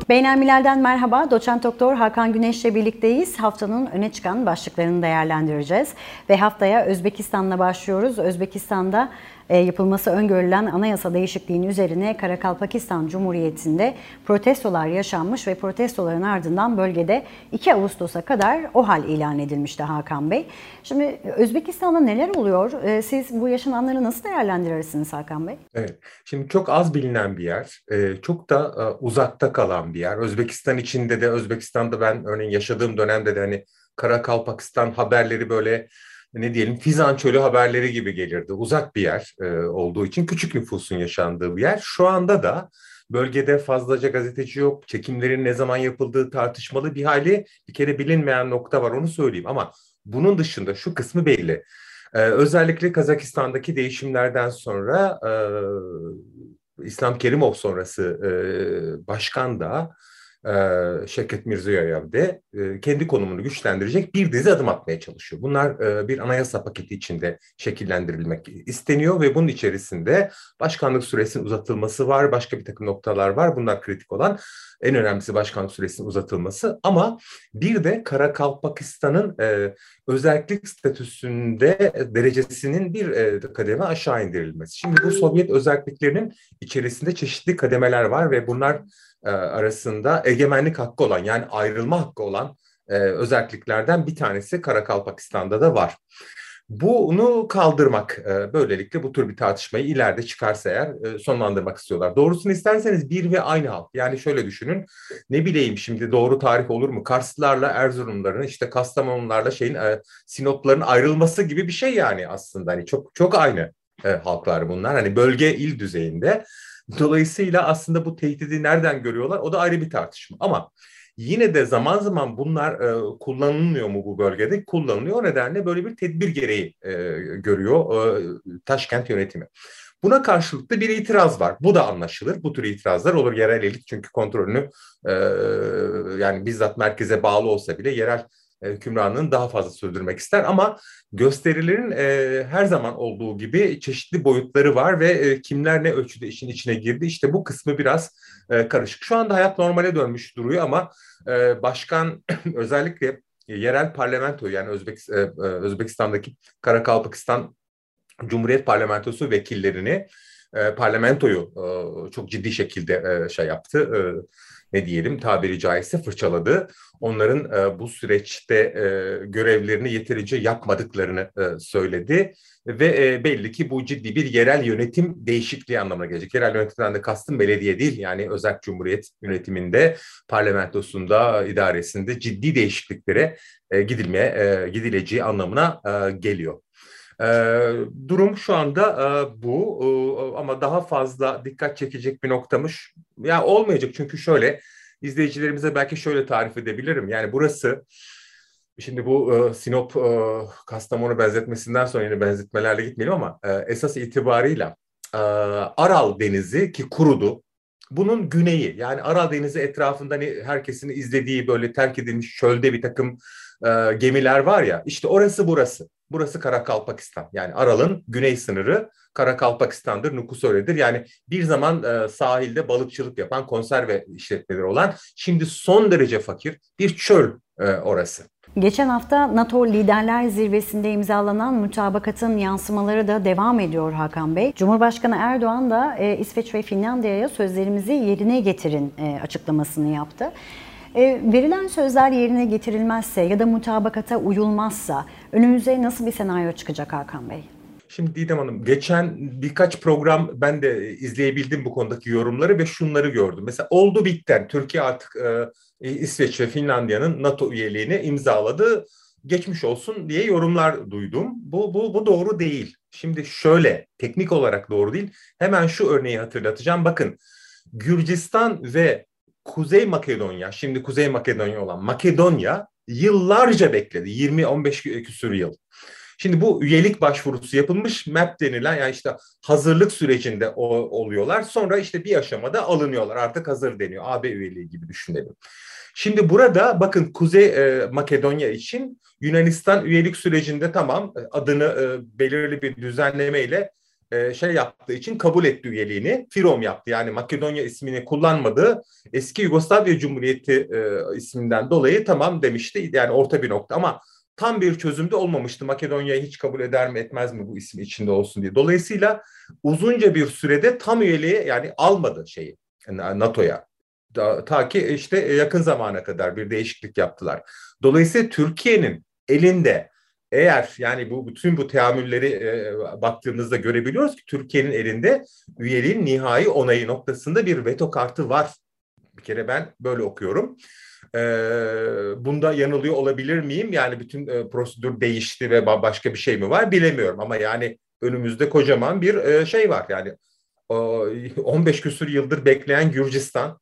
Beynelmilal'den merhaba. Doçent Doktor Hakan Güneş'le birlikteyiz. Haftanın öne çıkan başlıklarını değerlendireceğiz. Ve haftaya Özbekistan'la başlıyoruz. Özbekistan'da yapılması öngörülen anayasa değişikliğinin üzerine Karakalpakistan Cumhuriyeti'nde protestolar yaşanmış ve protestoların ardından bölgede 2 Ağustos'a kadar OHAL ilan edilmişti Hakan Bey. Şimdi Özbekistan'da neler oluyor? Siz bu yaşananları nasıl değerlendirirsiniz Hakan Bey? Evet, şimdi çok az bilinen bir yer, çok da uzakta kalan bir yer. Özbekistan içinde de, Özbekistan'da ben örneğin yaşadığım dönemde de hani Karakalpakistan haberleri böyle ne diyelim Fizan Çölü haberleri gibi gelirdi. Uzak bir yer olduğu için küçük nüfusun yaşandığı bir yer. Şu anda da bölgede fazlaca gazeteci yok. Çekimlerin ne zaman yapıldığı tartışmalı bir hali bir kere bilinmeyen nokta var onu söyleyeyim ama bunun dışında şu kısmı belli. Özellikle Kazakistan'daki değişimlerden sonra İslam Kerimov sonrası başkan da Şevket Mirziyoyev de kendi konumunu güçlendirecek bir dizi adım atmaya çalışıyor. Bunlar bir anayasa paketi içinde şekillendirilmek isteniyor ve bunun içerisinde başkanlık süresinin uzatılması var, başka bir takım noktalar var. Bunlar kritik olan. En önemlisi başkanlık süresinin uzatılması ama bir de Karakalpakistan'ın özellik statüsünde derecesinin bir kademe aşağı indirilmesi. Şimdi bu Sovyet özelliklerinin içerisinde çeşitli kademeler var ve bunlar arasında egemenlik hakkı olan yani ayrılma hakkı olan özelliklerden bir tanesi Karakalpakistan'da da var. Bunu kaldırmak, böylelikle bu tür bir tartışmayı ileride çıkarsa eğer sonlandırmak istiyorlar. Doğrusunu isterseniz bir ve aynı halk. Yani şöyle düşünün, ne bileyim şimdi doğru tarih olur mu? Karslılarla Erzurumluların, işte Kastamonularla Sinopluların ayrılması gibi bir şey yani aslında. Hani çok çok aynı halklar bunlar. Hani bölge il düzeyinde. Dolayısıyla aslında bu tehdidi nereden görüyorlar? O da ayrı bir tartışma. Ama yine de zaman zaman bunlar kullanılmıyor mu bu bölgede? Kullanılıyor. O nedenle böyle bir tedbir gereği görüyor Taşkent yönetimi. Buna karşılık da bir itiraz var. Bu da anlaşılır. Bu tür itirazlar olur. Yerel elit çünkü kontrolünü yani bizzat merkeze bağlı olsa bile yerel hükümranlığını daha fazla sürdürmek ister. Ama gösterilerin her zaman olduğu gibi çeşitli boyutları var ve kimler ne ölçüde işin içine girdi. İşte bu kısmı biraz karışık. Şu anda hayat normale dönmüş duruyor ama başkan özellikle yerel parlamento yani Özbekistan'daki Karakalpakistan Cumhuriyet Parlamentosu vekillerini parlamentoyu çok ciddi şekilde şey yaptı. Ne diyelim tabiri caizse fırçaladı. Onların bu süreçte görevlerini yeterince yapmadıklarını söyledi. Ve belli ki bu ciddi bir yerel yönetim değişikliği anlamına gelecek. Yerel yönetimden de kastım belediye değil yani özel cumhuriyet yönetiminde, parlamentosunda, idaresinde ciddi değişikliklere gidileceği anlamına geliyor. Durum şu anda bu ama daha fazla dikkat çekecek bir noktamış. Ya olmayacak çünkü şöyle izleyicilerimize belki şöyle tarif edebilirim. Yani burası şimdi bu Sinop Kastamonu benzetmesinden sonra yine benzetmelerle gitmeyelim ama esas itibarıyla Aral Denizi ki kurudu. Bunun güneyi yani Aral Denizi etrafında hani herkesin izlediği böyle terk edilmiş çölde bir takım gemiler var ya işte orası burası. Burası Karakalpakistan. Yani Aral'ın güney sınırı Karakalpakistan'dır. Nüfus öyledir. Yani bir zaman sahilde balıkçılık yapan konserve işletmeleri olan şimdi son derece fakir bir çöl orası. Geçen hafta NATO Liderler Zirvesi'nde imzalanan mutabakatın yansımaları da devam ediyor Hakan Bey. Cumhurbaşkanı Erdoğan da İsveç ve Finlandiya'ya sözlerimizi yerine getirin açıklamasını yaptı. Verilen sözler yerine getirilmezse ya da mutabakata uyulmazsa önümüze nasıl bir senaryo çıkacak Hakan Bey? Şimdi Didem Hanım, geçen birkaç program ben de izleyebildim bu konudaki yorumları ve şunları gördüm. Mesela oldu bitten Türkiye artık İsveç ve Finlandiya'nın NATO üyeliğini imzaladı. Geçmiş olsun diye yorumlar duydum. Bu doğru değil. Şimdi şöyle teknik olarak doğru değil. Hemen şu örneği hatırlatacağım. Bakın Gürcistan ve Kuzey Makedonya, şimdi Kuzey Makedonya olan Makedonya yıllarca bekledi. 20-15 küsur yıl. Şimdi bu üyelik başvurusu yapılmış MAP denilen yani işte hazırlık sürecinde oluyorlar. Sonra işte bir aşamada alınıyorlar. Artık hazır deniyor. AB üyeliği gibi düşünelim. Şimdi burada bakın Kuzey Makedonya için Yunanistan üyelik sürecinde tamam adını belirli bir düzenlemeyle şey yaptığı için kabul etti üyeliğini. FİROM yaptı. Yani Makedonya ismini kullanmadığı eski Yugoslavya Cumhuriyeti isminden dolayı tamam demişti. Yani orta bir nokta ama tam bir çözümde olmamıştı. Makedonya'yı hiç kabul eder mi etmez mi bu ismi içinde olsun diye. Dolayısıyla uzunca bir sürede tam üyeliği yani almadı şeyi NATO'ya. Ta ki işte yakın zamana kadar bir değişiklik yaptılar. Dolayısıyla Türkiye'nin elinde eğer yani bütün bu teamülleri baktığımızda görebiliyoruz ki Türkiye'nin elinde üyeliğin nihai onayı noktasında bir veto kartı var. Bir kere ben böyle okuyorum. Bunda yanılıyor olabilir miyim? Yani bütün prosedür değişti ve başka bir şey mi var bilemiyorum. Ama yani önümüzde kocaman bir şey var. Yani 15 küsur yıldır bekleyen Gürcistan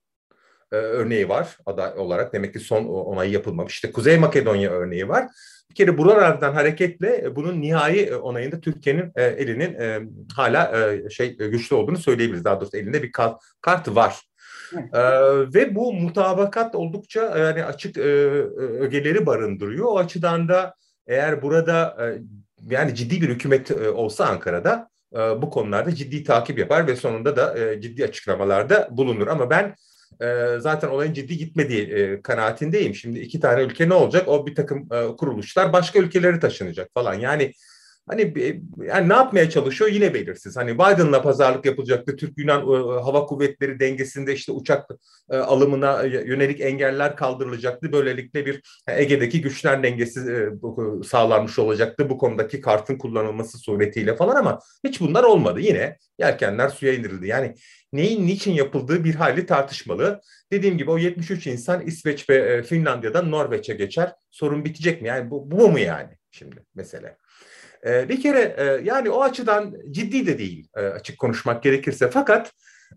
örneği var aday olarak. Demek ki son onayı yapılmamış. İşte Kuzey Makedonya örneği var. Bir kere buralardan hareketle bunun nihai onayında Türkiye'nin elinin hala güçlü olduğunu söyleyebiliriz. Daha doğrusu elinde bir kart var. Evet. Ve bu mutabakat oldukça yani açık ögeleri barındırıyor. O açıdan da eğer burada yani ciddi bir hükümet olsa Ankara'da bu konularda ciddi takip yapar ve sonunda da ciddi açıklamalarda bulunur. Ama ben zaten olayın ciddi gitmediği kanaatindeyim. Şimdi iki tane ülke ne olacak? O bir takım kuruluşlar başka ülkeleri taşınacak falan. Yani hani yani ne yapmaya çalışıyor yine belirsiz. Hani Biden'la pazarlık yapılacaktı. Türk-Yunan hava kuvvetleri dengesinde işte uçak alımına yönelik engeller kaldırılacaktı. Böylelikle bir Ege'deki güçler dengesi sağlanmış olacaktı. Bu konudaki kartın kullanılması suretiyle falan ama hiç bunlar olmadı. Yine yelkenler suya indirildi. Yani neyin niçin yapıldığı bir hayli tartışmalı. Dediğim gibi o 73 insan İsveç ve Finlandiya'dan Norveç'e geçer. Sorun bitecek mi? Yani bu mu yani şimdi mesele? Bir kere yani o açıdan ciddi de değil açık konuşmak gerekirse. Fakat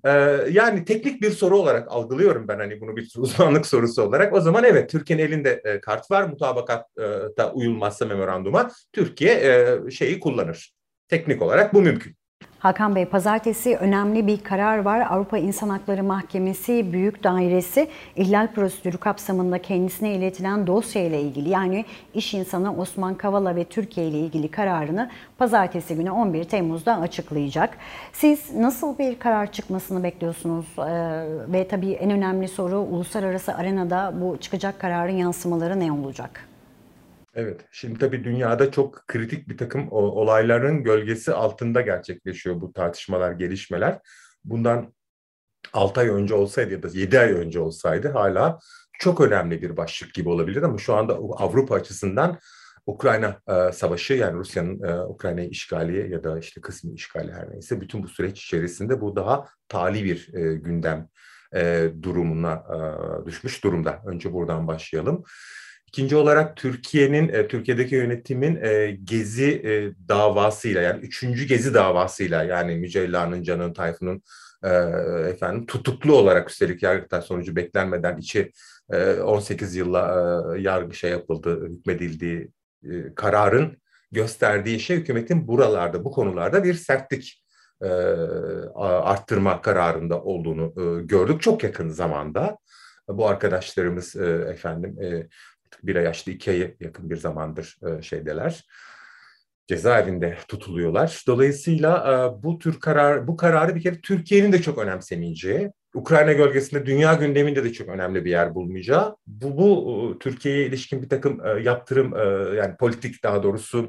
yani teknik bir soru olarak algılıyorum ben hani bunu bir uzmanlık sorusu olarak. O zaman evet Türkiye'nin elinde kart var. Mutabakatta uyulmazsa memoranduma Türkiye şeyi kullanır. Teknik olarak bu mümkün. Hakan Bey, pazartesi önemli bir karar var. Avrupa İnsan Hakları Mahkemesi Büyük Dairesi ihlal prosedürü kapsamında kendisine iletilen dosya ile ilgili yani iş insanı Osman Kavala ve Türkiye ile ilgili kararını pazartesi günü 11 Temmuz'da açıklayacak. Siz nasıl bir karar çıkmasını bekliyorsunuz? Ve tabii en önemli soru uluslararası arenada bu çıkacak kararın yansımaları ne olacak? Evet, şimdi tabii dünyada çok kritik bir takım olayların gölgesi altında gerçekleşiyor bu tartışmalar, gelişmeler. Bundan 6 ay önce olsaydı ya da 7 ay önce olsaydı hala çok önemli bir başlık gibi olabilir ama şu anda Avrupa açısından Ukrayna savaşı yani Rusya'nın Ukrayna'yı işgali ya da işte kısmi işgali her neyse bütün bu süreç içerisinde bu daha tali bir gündem durumuna düşmüş durumda. Önce buradan başlayalım. İkinci olarak Türkiye'deki yönetimin Gezi davasıyla yani üçüncü Gezi davasıyla yani Mücella'nın, Can'ın, Tayfun'un tutuklu olarak üstelik Yargıtay sonucu beklenmeden 18 yılla yargı yapıldı, hükmedildiği kararın gösterdiği şey hükümetin bu konularda bir sertlik arttırma kararında olduğunu gördük çok yakın zamanda. Bu arkadaşlarımız bir ay açtı, 2 aya yakın bir zamandır şeydeler. Cezaevinde tutuluyorlar. Dolayısıyla bu kararı bir kere Türkiye'nin de çok önemsemeyeceği, Ukrayna bölgesinde dünya gündeminde de çok önemli bir yer bulmayacağı, bu Türkiye'ye ilişkin bir takım yaptırım yani politik daha doğrusu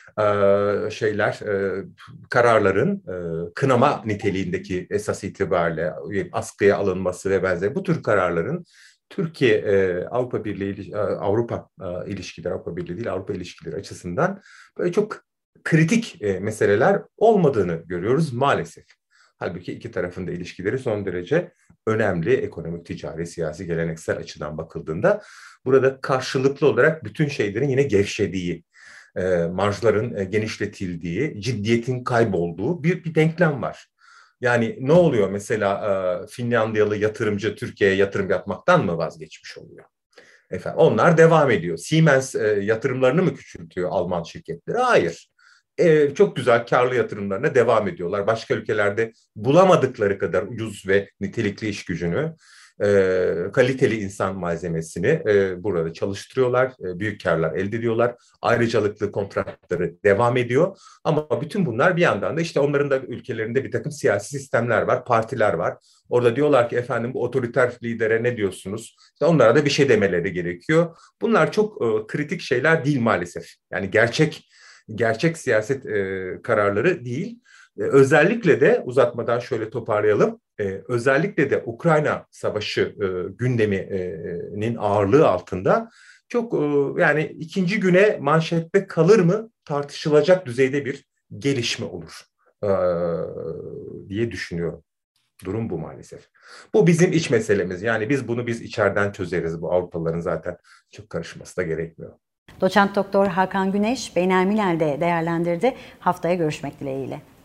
kararların kınama niteliğindeki esas itibariyle askıya alınması ve benzeri bu tür kararların Türkiye Avrupa Birliği ilişkileri Avrupa Birliği değil Avrupa ilişkileri açısından böyle çok kritik meseleler olmadığını görüyoruz maalesef. Halbuki iki tarafın da ilişkileri son derece önemli ekonomik, ticari, siyasi, geleneksel açıdan bakıldığında burada karşılıklı olarak bütün şeylerin yine gevşediği, marjların genişletildiği, ciddiyetin kaybolduğu bir denklem var. Yani ne oluyor mesela Finlandiyalı yatırımcı Türkiye'ye yatırım yapmaktan mı vazgeçmiş oluyor? Efendim, onlar devam ediyor. Siemens yatırımlarını mı küçültüyor Alman şirketleri? Hayır. Çok güzel karlı yatırımlarına devam ediyorlar. Başka ülkelerde bulamadıkları kadar ucuz ve nitelikli iş gücünü Kaliteli insan malzemesini burada çalıştırıyorlar. Büyük karlar elde ediyorlar. Ayrıcalıklı kontratları devam ediyor. Ama bütün bunlar bir yandan da işte onların da ülkelerinde bir takım siyasi sistemler var, partiler var. Orada diyorlar ki efendim bu otoriter lidere ne diyorsunuz? İşte onlara da bir şey demeleri gerekiyor. Bunlar çok kritik şeyler değil maalesef. Yani gerçek siyaset kararları değil. Özellikle de uzatmadan şöyle toparlayalım. Özellikle de Ukrayna Savaşı gündeminin ağırlığı altında çok yani ikinci güne manşette kalır mı tartışılacak düzeyde bir gelişme olur e, diye düşünüyorum. Durum bu maalesef. Bu bizim iç meselemiz. Yani biz içeriden çözeriz. Bu Avrupalıların zaten çok karışması da gerekmiyor. Doçent Doktor Hakan Güneş, Beynelmilal'de değerlendirdi. Haftaya görüşmek dileğiyle.